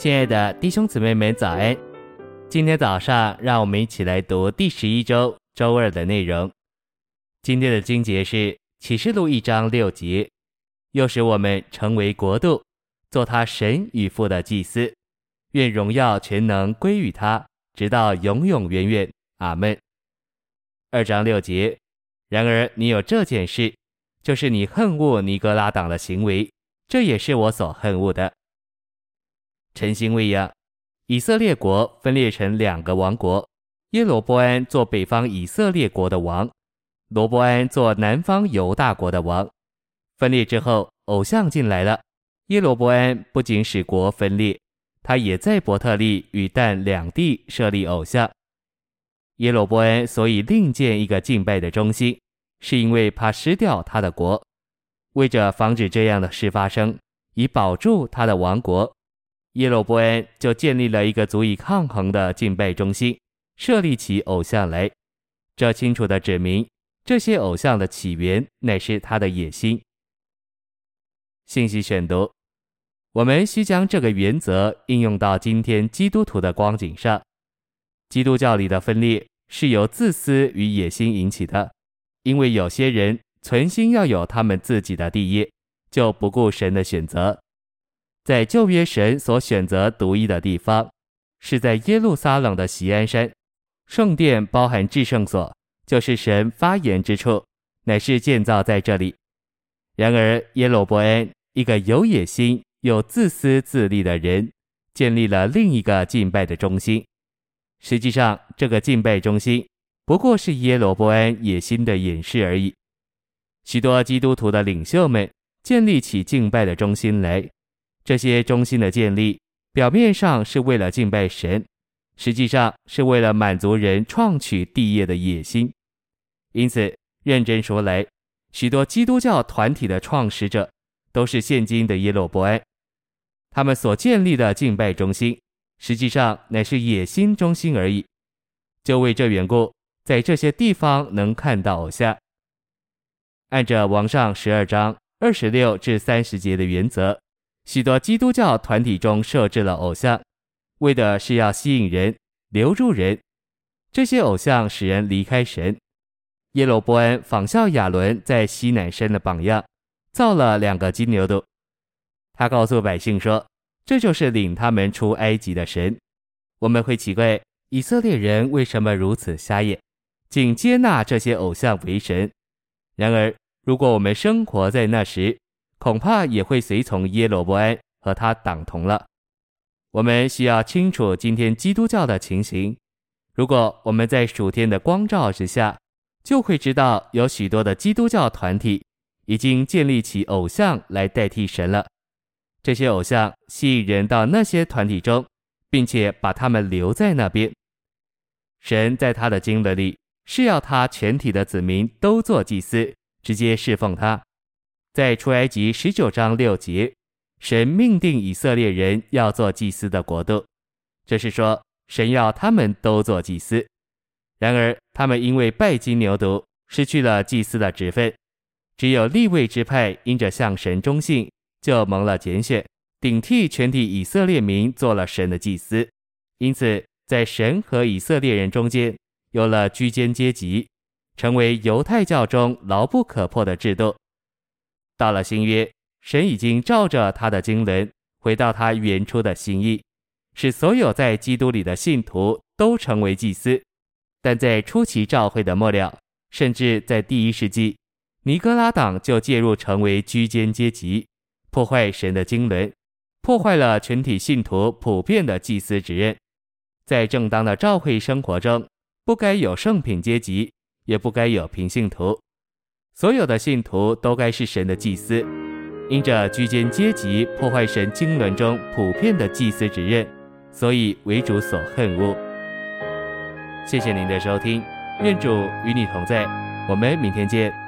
亲爱的弟兄姊妹们早安，今天早上让我们一起来读第11周周二的内容。今天的经节是启示录1章6节，又使我们成为国度，做他神与父的祭司，愿荣耀全能归于他，直到永永远远。阿们。2章6节，然而你有这件事，就是你恨恶尼哥拉党的行为，这也是我所恨恶的。晨星未央，以色列国分裂成2个王国，耶罗波安做北方以色列国的王，罗波安做南方犹大国的王。分裂之后，偶像进来了。耶罗波安不仅使国分裂，他也在伯特利与但2地设立偶像。耶罗波安所以另建一个敬拜的中心，是因为怕失掉他的国。为着防止这样的事发生，以保住他的王国，耶罗波安就建立了一个足以抗衡的敬拜中心，设立起偶像来。这清楚地指明，这些偶像的起源乃是他的野心。信息选读，我们需将这个原则应用到今天基督徒的光景上。基督教里的分裂是由自私与野心引起的，因为有些人存心要有他们自己的地业，就不顾神的选择。在旧约神所选择独一的地方，是在耶路撒冷的锡安山，圣殿包含至圣所，就是神发言之处，乃是建造在这里。然而耶罗波安，一个有野心又自私自利的人，建立了另一个敬拜的中心。实际上这个敬拜中心不过是耶罗波安野心的掩饰而已。许多基督徒的领袖们建立起敬拜的中心来，这些中心的建立表面上是为了敬拜神，实际上是为了满足人创取地业的野心。因此认真说来，许多基督教团体的创始者都是现今的耶罗波安，他们所建立的敬拜中心实际上乃是野心中心而已。就为这缘故，在这些地方能看到偶像。按着王上12章26至30节的原则，许多基督教团体中设置了偶像，为的是要吸引人，留住人。这些偶像使人离开神。耶罗波安仿效亚伦在西乃山的榜样，造了2个金牛犊。他告诉百姓说，这就是领他们出埃及的神。我们会奇怪，以色列人为什么如此瞎眼，竟接纳这些偶像为神。然而如果我们生活在那时，恐怕也会随从耶罗波安和他党同了。我们需要清楚今天基督教的情形。如果我们在属天的光照之下，就会知道有许多的基督教团体已经建立起偶像来代替神了。这些偶像吸引人到那些团体中，并且把他们留在那边。神在他的经纶里是要他全体的子民都做祭司，直接侍奉他。在出埃及19章6节，神命定以色列人要做祭司的国度，这是说神要他们都做祭司。然而他们因为拜金牛犊，失去了祭司的职分。只有利未支派因着向神忠信，就蒙了拣选，顶替全体以色列民做了神的祭司。因此在神和以色列人中间有了居间阶级，成为犹太教中牢不可破的制度。到了新约，神已经照着他的经纶回到他原初的心意，使所有在基督里的信徒都成为祭司。但在初期教会的末了，甚至在第1世纪，尼哥拉党就介入成为居间阶级，破坏神的经纶，破坏了全体信徒普遍的祭司职任。在正当的教会生活中，不该有圣品阶级，也不该有平信徒。所有的信徒都该是神的祭司。因着居间阶级破坏神经纶中普遍的祭司职任，所以为主所恨恶。谢谢您的收听，愿主与你同在，我们明天见。